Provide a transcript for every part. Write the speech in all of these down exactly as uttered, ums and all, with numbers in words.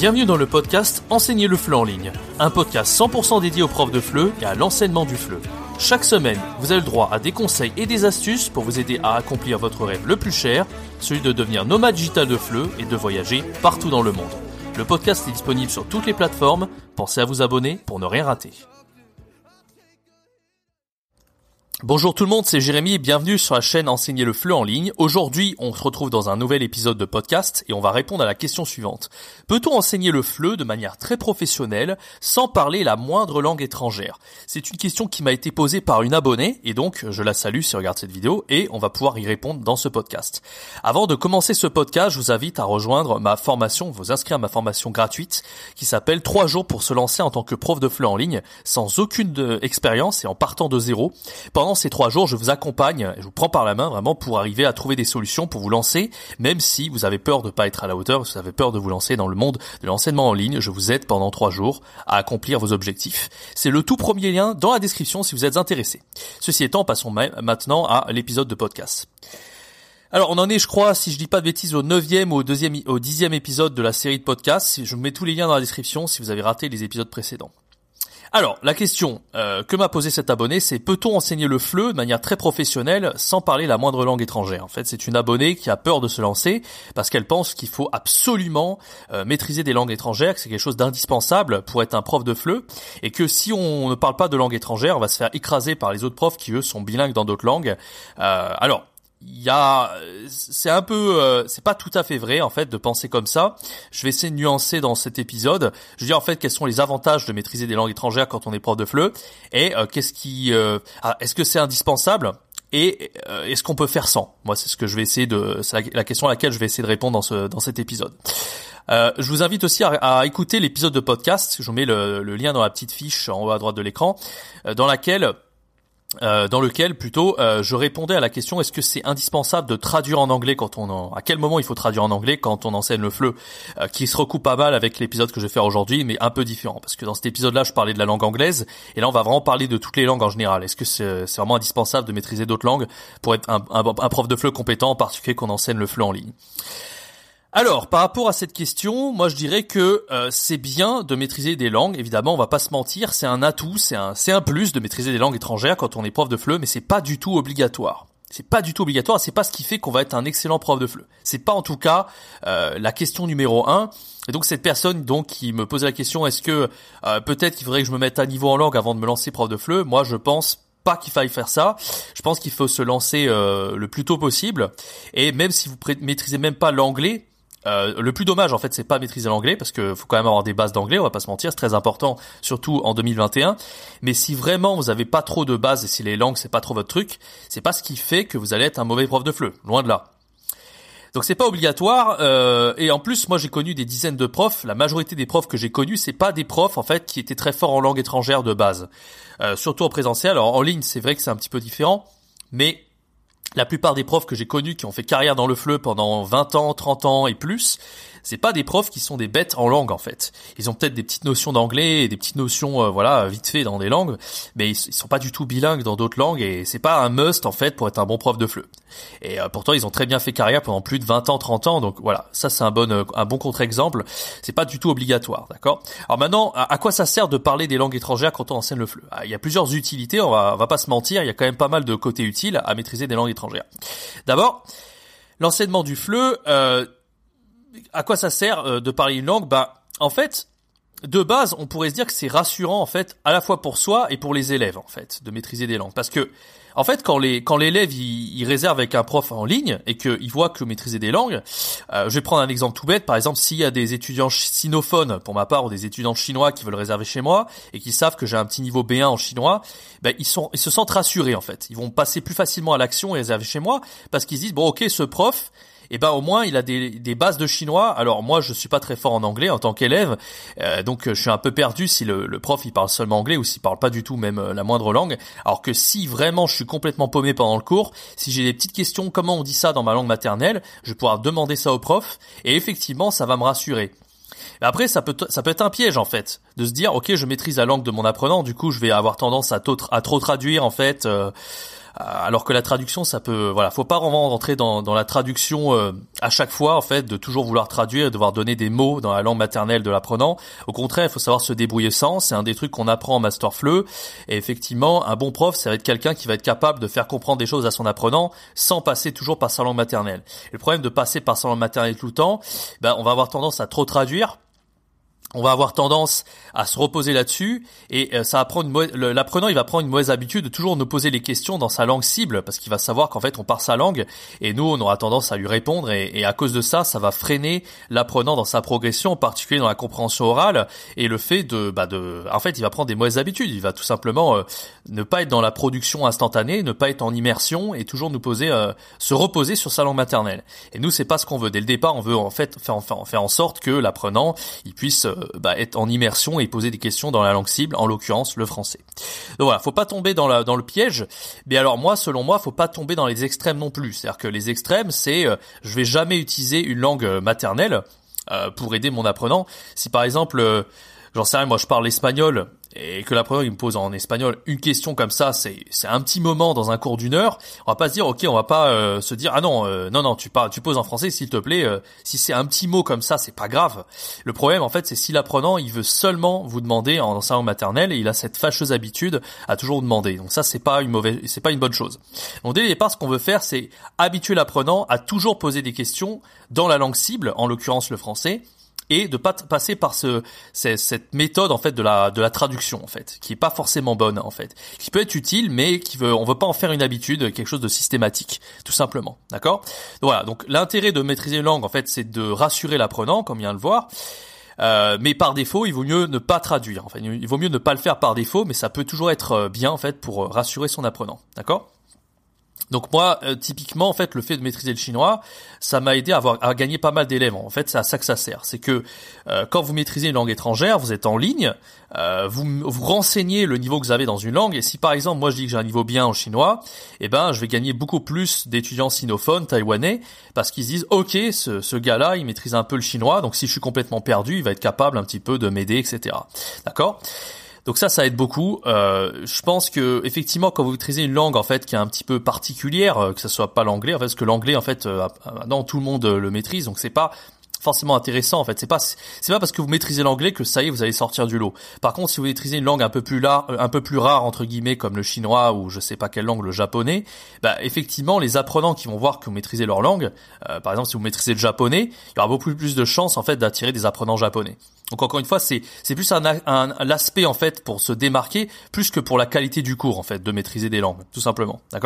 Bienvenue dans le podcast Enseigner le F L E en ligne, un podcast cent pour cent dédié aux profs de F L E et à l'enseignement du F L E. Chaque semaine, vous avez le droit à des conseils et des astuces pour vous aider à accomplir votre rêve le plus cher, celui de devenir nomade digital de F L E et de voyager partout dans le monde. Le podcast est disponible sur toutes les plateformes, pensez à vous abonner pour ne rien rater. Bonjour tout le monde, c'est Jérémy et bienvenue sur la chaîne Enseigner le F L E en ligne. Aujourd'hui, on se retrouve dans un nouvel épisode de podcast et on va répondre à la question suivante. Peut-on enseigner le F L E de manière très professionnelle sans parler la moindre langue étrangère ? C'est une question qui m'a été posée par une abonnée et donc je la salue si elle regarde cette vidéo et on va pouvoir y répondre dans ce podcast. Avant de commencer ce podcast, je vous invite à rejoindre ma formation, vous inscrire à ma formation gratuite qui s'appelle trois jours pour se lancer en tant que prof de F L E en ligne sans aucune expérience et en partant de zéro. Pendant ces trois jours, je vous accompagne, je vous prends par la main vraiment pour arriver à trouver des solutions pour vous lancer, même si vous avez peur de pas être à la hauteur, vous avez peur de vous lancer dans le monde de l'enseignement en ligne, je vous aide pendant trois jours à accomplir vos objectifs. C'est le tout premier lien dans la description si vous êtes intéressé. Ceci étant, passons maintenant à l'épisode de podcast. Alors, on en est, je crois, si je dis pas de bêtises, au neuvième ou au deuxième, au dixième épisode de la série de podcasts. Je vous mets tous les liens dans la description si vous avez raté les épisodes précédents. Alors, la question euh, que m'a posée cet abonné, c'est peut-on enseigner le F L E de manière très professionnelle sans parler la moindre langue étrangère ? En fait, c'est une abonnée qui a peur de se lancer parce qu'elle pense qu'il faut absolument euh, maîtriser des langues étrangères, que c'est quelque chose d'indispensable pour être un prof de F L E et que si on ne parle pas de langue étrangère, on va se faire écraser par les autres profs qui, eux, sont bilingues dans d'autres langues. Euh, alors... Il y a, c'est un peu, euh, c'est pas tout à fait vrai en fait de penser comme ça. Je vais essayer de nuancer dans cet épisode. Je veux dire en fait quels sont les avantages de maîtriser des langues étrangères quand on est prof de F L E et euh, qu'est-ce qui, euh, ah, est-ce que c'est indispensable et euh, est-ce qu'on peut faire sans ? Moi c'est ce que je vais essayer de, c'est la, la question à laquelle je vais essayer de répondre dans ce dans cet épisode. Euh, je vous invite aussi à, à écouter l'épisode de podcast. Je vous mets le, le lien dans la petite fiche en haut à droite de l'écran, euh, dans laquelle Euh, dans lequel plutôt euh, je répondais à la question est-ce que c'est indispensable de traduire en anglais quand on en... à quel moment il faut traduire en anglais quand on enseigne le F L E euh, qui se recoupe pas mal avec l'épisode que je vais faire aujourd'hui mais un peu différent parce que dans cet épisode-là je parlais de la langue anglaise et là on va vraiment parler de toutes les langues en général. Est-ce que c'est, c'est vraiment indispensable de maîtriser d'autres langues pour être un, un, un prof de F L E compétent, en particulier qu'on enseigne le F L E en ligne ? Alors, par rapport à cette question, moi je dirais que euh, c'est bien de maîtriser des langues. Évidemment, on va pas se mentir, c'est un atout, c'est un c'est un plus de maîtriser des langues étrangères quand on est prof de F L E, mais c'est pas du tout obligatoire. C'est pas du tout obligatoire, c'est pas ce qui fait qu'on va être un excellent prof de F L E. C'est pas en tout cas euh, la question numéro un. Et donc cette personne donc qui me posait la question, est-ce que euh, peut-être qu'il faudrait que je me mette à niveau en langue avant de me lancer prof de F L E ? Moi, je pense pas qu'il faille faire ça. Je pense qu'il faut se lancer euh, le plus tôt possible. Et même si vous pré- maîtrisez même pas l'anglais. Euh, le plus dommage en fait c'est pas maîtriser l'anglais parce que faut quand même avoir des bases d'anglais, on va pas se mentir, c'est très important surtout en deux mille vingt et un. Mais si vraiment vous avez pas trop de bases et si les langues c'est pas trop votre truc, c'est pas ce qui fait que vous allez être un mauvais prof de F L E, loin de là. Donc c'est pas obligatoire euh, et en plus moi j'ai connu des dizaines de profs, la majorité des profs que j'ai connus c'est pas des profs en fait qui étaient très forts en langue étrangère de base, euh, surtout en présentiel. Alors en ligne c'est vrai que c'est un petit peu différent, mais la plupart des profs que j'ai connus qui ont fait carrière dans le F L E pendant vingt ans, trente ans et plus, c'est pas des profs qui sont des bêtes en langue en fait. Ils ont peut-être des petites notions d'anglais et des petites notions euh, voilà vite fait dans des langues, mais ils, ils sont pas du tout bilingues dans d'autres langues et c'est pas un must en fait pour être un bon prof de F L E. Et euh, pourtant ils ont très bien fait carrière pendant plus de vingt ans, trente ans, donc voilà, ça c'est un bon euh, un bon contre-exemple. C'est pas du tout obligatoire, d'accord ? Alors maintenant, à, à quoi ça sert de parler des langues étrangères quand on enseigne le F L E ? Ah, il y a plusieurs utilités, on va on va pas se mentir, il y a quand même pas mal de côtés utiles à maîtriser des langues étrangères. D'abord, l'enseignement du F L E, euh, à quoi ça sert euh, de parler une langue ? Bah, en fait, de base, on pourrait se dire que c'est rassurant en fait, à la fois pour soi et pour les élèves en fait, de maîtriser des langues, parce que en fait, quand les quand l'élève il, il réserve avec un prof en ligne et qu'il voit que maîtriser des langues, euh, je vais prendre un exemple tout bête. Par exemple, s'il y a des étudiants sinophones pour ma part ou des étudiants chinois qui veulent réserver chez moi et qui savent que j'ai un petit niveau B un en chinois, ben ils sont ils se sentent rassurés en fait. Ils vont passer plus facilement à l'action et réserver chez moi parce qu'ils se disent bon ok ce prof. Et ben au moins il a des, des bases de chinois. Alors moi je suis pas très fort en anglais en tant qu'élève, euh, donc je suis un peu perdu si le, le prof il parle seulement anglais ou s'il parle pas du tout même euh, la moindre langue. Alors que si vraiment je suis complètement paumé pendant le cours, si j'ai des petites questions comment on dit ça dans ma langue maternelle, je vais pouvoir demander ça au prof et effectivement ça va me rassurer. Après, ça peut ça peut être un piège en fait, de se dire ok je maîtrise la langue de mon apprenant, du coup je vais avoir tendance à, à trop traduire en fait. Euh, alors que la traduction, ça peut, voilà, faut pas vraiment rentrer dans, dans la traduction euh, à chaque fois, en fait, de toujours vouloir traduire, et devoir donner des mots dans la langue maternelle de l'apprenant. Au contraire, il faut savoir se débrouiller sans. C'est un des trucs qu'on apprend en Master F L E. Et effectivement, un bon prof, ça va être quelqu'un qui va être capable de faire comprendre des choses à son apprenant sans passer toujours par sa langue maternelle. Et le problème de passer par sa langue maternelle tout le temps, ben, on va avoir tendance à trop traduire. On va avoir tendance à se reposer là-dessus et ça va prendre une mauvaise, l'apprenant il va prendre une mauvaise habitude de toujours nous poser les questions dans sa langue cible parce qu'il va savoir qu'en fait on part sa langue et nous on aura tendance à lui répondre et, et à cause de ça ça va freiner l'apprenant dans sa progression, en particulier dans la compréhension orale et le fait de bah de en fait il va prendre des mauvaises habitudes, il va tout simplement euh, ne pas être dans la production instantanée, ne pas être en immersion et toujours nous poser euh, se reposer sur sa langue maternelle. Et nous c'est pas ce qu'on veut dès le départ, on veut en fait faire faire, faire en sorte que l'apprenant il puisse euh, Bah, être en immersion et poser des questions dans la langue cible, en l'occurrence le français. Donc voilà, faut pas tomber dans la dans le piège. Mais alors moi, selon moi, faut pas tomber dans les extrêmes non plus. C'est-à-dire que les extrêmes, c'est euh, je vais jamais utiliser une langue maternelle euh, pour aider mon apprenant. Si par exemple, euh, j'en sais rien, moi je parle l'espagnol et que l'apprenant il me pose en espagnol une question comme ça, c'est c'est un petit moment dans un cours d'une heure, on va pas se dire OK, on va pas euh, se dire ah non euh, non non tu parles tu poses en français s'il te plaît, euh, si c'est un petit mot comme ça, c'est pas grave. Le problème en fait, c'est si l'apprenant, il veut seulement vous demander en sa langue maternelle et il a cette fâcheuse habitude à toujours vous demander. Donc ça c'est pas une mauvaise c'est pas une bonne chose. Donc dès le départ, ce qu'on veut faire, c'est habituer l'apprenant à toujours poser des questions dans la langue cible, en l'occurrence le français. Et de pas passer par ce, cette méthode en fait de la de la traduction en fait, qui est pas forcément bonne en fait, qui peut être utile mais qui veut on veut pas en faire une habitude, quelque chose de systématique, tout simplement, d'accord ? Donc voilà, donc l'intérêt de maîtriser une langue en fait, c'est de rassurer l'apprenant, comme vient de le voir. Euh, mais par défaut, il vaut mieux ne pas traduire. Enfin, il vaut mieux ne pas le faire par défaut, mais ça peut toujours être bien en fait pour rassurer son apprenant, d'accord ? Donc moi, euh, typiquement, en fait, le fait de maîtriser le chinois, ça m'a aidé à, avoir, à gagner pas mal d'élèves. En fait, c'est à ça que ça sert. C'est que euh, quand vous maîtrisez une langue étrangère, vous êtes en ligne, euh, vous vous renseignez le niveau que vous avez dans une langue. Et si par exemple, moi je dis que j'ai un niveau bien en chinois, eh ben, je vais gagner beaucoup plus d'étudiants sinophones, taïwanais, parce qu'ils se disent, ok, ce, ce gars-là, il maîtrise un peu le chinois, donc si je suis complètement perdu, il va être capable un petit peu de m'aider, et cetera. D'accord ? Donc ça, ça aide beaucoup. Euh, je pense que effectivement, quand vous maîtrisez une langue en fait qui est un petit peu particulière, euh, que ce soit pas l'anglais, en fait, parce que l'anglais en fait, euh, maintenant tout le monde le maîtrise, donc c'est pas forcément intéressant en fait. C'est pas c'est pas parce que vous maîtrisez l'anglais que ça y est vous allez sortir du lot. Par contre, si vous maîtrisez une langue un peu plus là, un peu plus rare entre guillemets comme le chinois ou je sais pas quelle langue, le japonais, bah effectivement les apprenants qui vont voir que vous maîtrisez leur langue, euh, par exemple si vous maîtrisez le japonais, il y aura beaucoup plus de chances en fait d'attirer des apprenants japonais. Donc encore une fois, c'est c'est plus un, un l'aspect en fait pour se démarquer plus que pour la qualité du cours en fait de maîtriser des langues, tout simplement, d'accord ?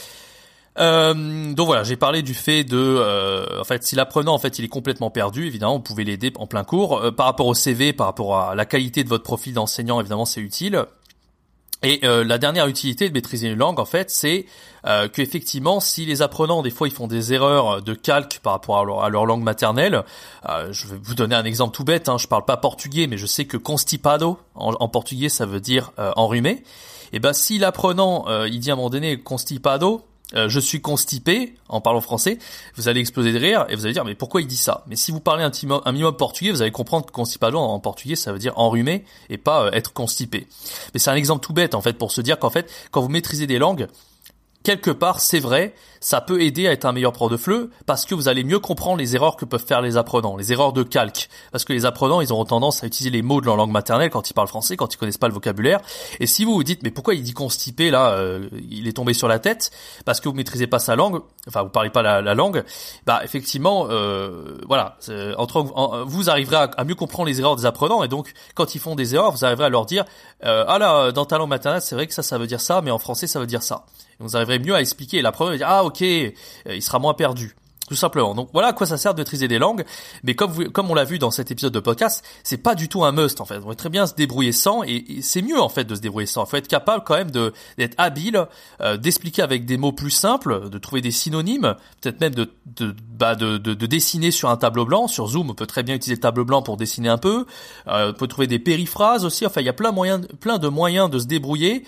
Euh, donc voilà, j'ai parlé du fait de, euh, en fait, si l'apprenant en fait il est complètement perdu, évidemment, vous pouvez l'aider en plein cours. Euh, par rapport au C V, par rapport à la qualité de votre profil d'enseignant, évidemment, c'est utile. Et euh, la dernière utilité de maîtriser une langue, en fait, c'est euh, que effectivement, si les apprenants, des fois, ils font des erreurs de calque par rapport à leur, à leur langue maternelle, euh, je vais vous donner un exemple tout bête. Hein, je parle pas portugais, mais je sais que constipado en, en portugais, ça veut dire euh, enrhumé. Et ben, si l'apprenant, euh, il dit à un moment donné constipado, Euh, je suis constipé, en parlant français, vous allez exploser de rire et vous allez dire mais pourquoi il dit ça ? Mais si vous parlez un, timo, un minimum portugais, vous allez comprendre que constipado en portugais ça veut dire enrhumé et pas euh, être constipé. Mais c'est un exemple tout bête en fait pour se dire qu'en fait quand vous maîtrisez des langues, quelque part, c'est vrai, ça peut aider à être un meilleur prof de F L E parce que vous allez mieux comprendre les erreurs que peuvent faire les apprenants, les erreurs de calque. Parce que les apprenants, ils auront tendance à utiliser les mots de leur langue maternelle quand ils parlent français, quand ils connaissent pas le vocabulaire. Et si vous vous dites, mais pourquoi il dit constipé là, euh, il est tombé sur la tête, parce que vous maîtrisez pas sa langue, enfin vous parlez pas la, la langue, bah effectivement, euh, voilà, entre en, vous arriverez à, à mieux comprendre les erreurs des apprenants et donc quand ils font des erreurs, vous arriverez à leur dire, euh, ah là, dans ta langue maternelle, c'est vrai que ça, ça veut dire ça, mais en français, ça veut dire ça. Et vous arriverez mieux à expliquer. L'apprenant va dire ah ok, il sera moins perdu. Tout simplement. Donc voilà à quoi ça sert de maîtriser des langues. Mais comme vous, comme on l'a vu dans cet épisode de podcast, c'est pas du tout un must en fait. On peut très bien se débrouiller sans, et, et c'est mieux en fait de se débrouiller sans. Il faut être capable quand même de d'être habile, euh, d'expliquer avec des mots plus simples, de trouver des synonymes, peut-être même de de, bah de de de dessiner sur un tableau blanc. Sur Zoom, on peut très bien utiliser le tableau blanc pour dessiner un peu. Euh, on peut trouver des périphrases aussi. Enfin, il y a plein moyens, plein de moyens de se débrouiller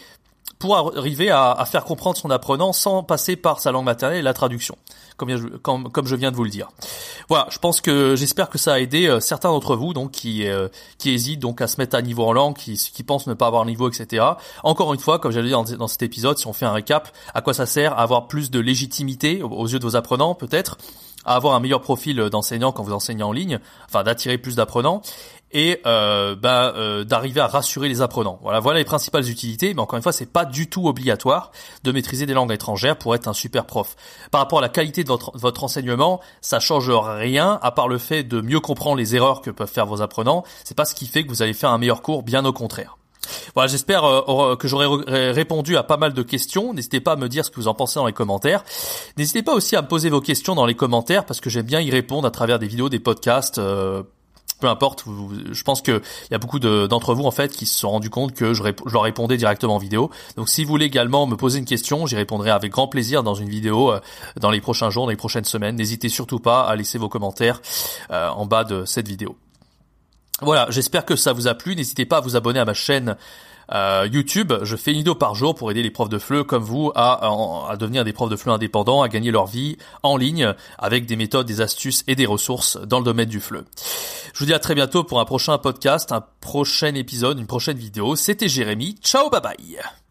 pour arriver à, à faire comprendre son apprenant sans passer par sa langue maternelle et la traduction, comme je, comme, comme je viens de vous le dire. Voilà, je pense que j'espère que ça a aidé euh, certains d'entre vous donc qui euh, qui hésitent donc à se mettre à niveau en langue, qui qui pensent ne pas avoir le niveau, et cetera. Encore une fois, comme j'allais dire dans, dans cet épisode, si on fait un récap, à quoi ça sert? À avoir plus de légitimité aux, aux yeux de vos apprenants, peut-être, à avoir un meilleur profil d'enseignant quand vous enseignez en ligne, enfin d'attirer plus d'apprenants, et euh, bah, euh, d'arriver à rassurer les apprenants. Voilà, voilà les principales utilités, mais encore une fois, c'est pas du tout obligatoire de maîtriser des langues étrangères pour être un super prof. Par rapport à la qualité de votre, votre enseignement, ça change rien, à part le fait de mieux comprendre les erreurs que peuvent faire vos apprenants. C'est pas ce qui fait que vous allez faire un meilleur cours, bien au contraire. Voilà, j'espère euh, que j'aurai r- répondu à pas mal de questions. N'hésitez pas à me dire ce que vous en pensez dans les commentaires. N'hésitez pas aussi à me poser vos questions dans les commentaires parce que j'aime bien y répondre à travers des vidéos, des podcasts, euh, peu importe. Vous, je pense que il y a beaucoup de, d'entre vous en fait qui se sont rendus compte que je, rép- je leur répondais directement en vidéo. Donc si vous voulez également me poser une question, j'y répondrai avec grand plaisir dans une vidéo euh, dans les prochains jours, dans les prochaines semaines. N'hésitez surtout pas à laisser vos commentaires euh, en bas de cette vidéo. Voilà, j'espère que ça vous a plu. N'hésitez pas à vous abonner à ma chaîne euh, YouTube. Je fais une vidéo par jour pour aider les profs de F L E comme vous à, à, à devenir des profs de F L E indépendants, à gagner leur vie en ligne avec des méthodes, des astuces et des ressources dans le domaine du F L E. Je vous dis à très bientôt pour un prochain podcast, un prochain épisode, une prochaine vidéo. C'était Jérémy. Ciao, bye bye.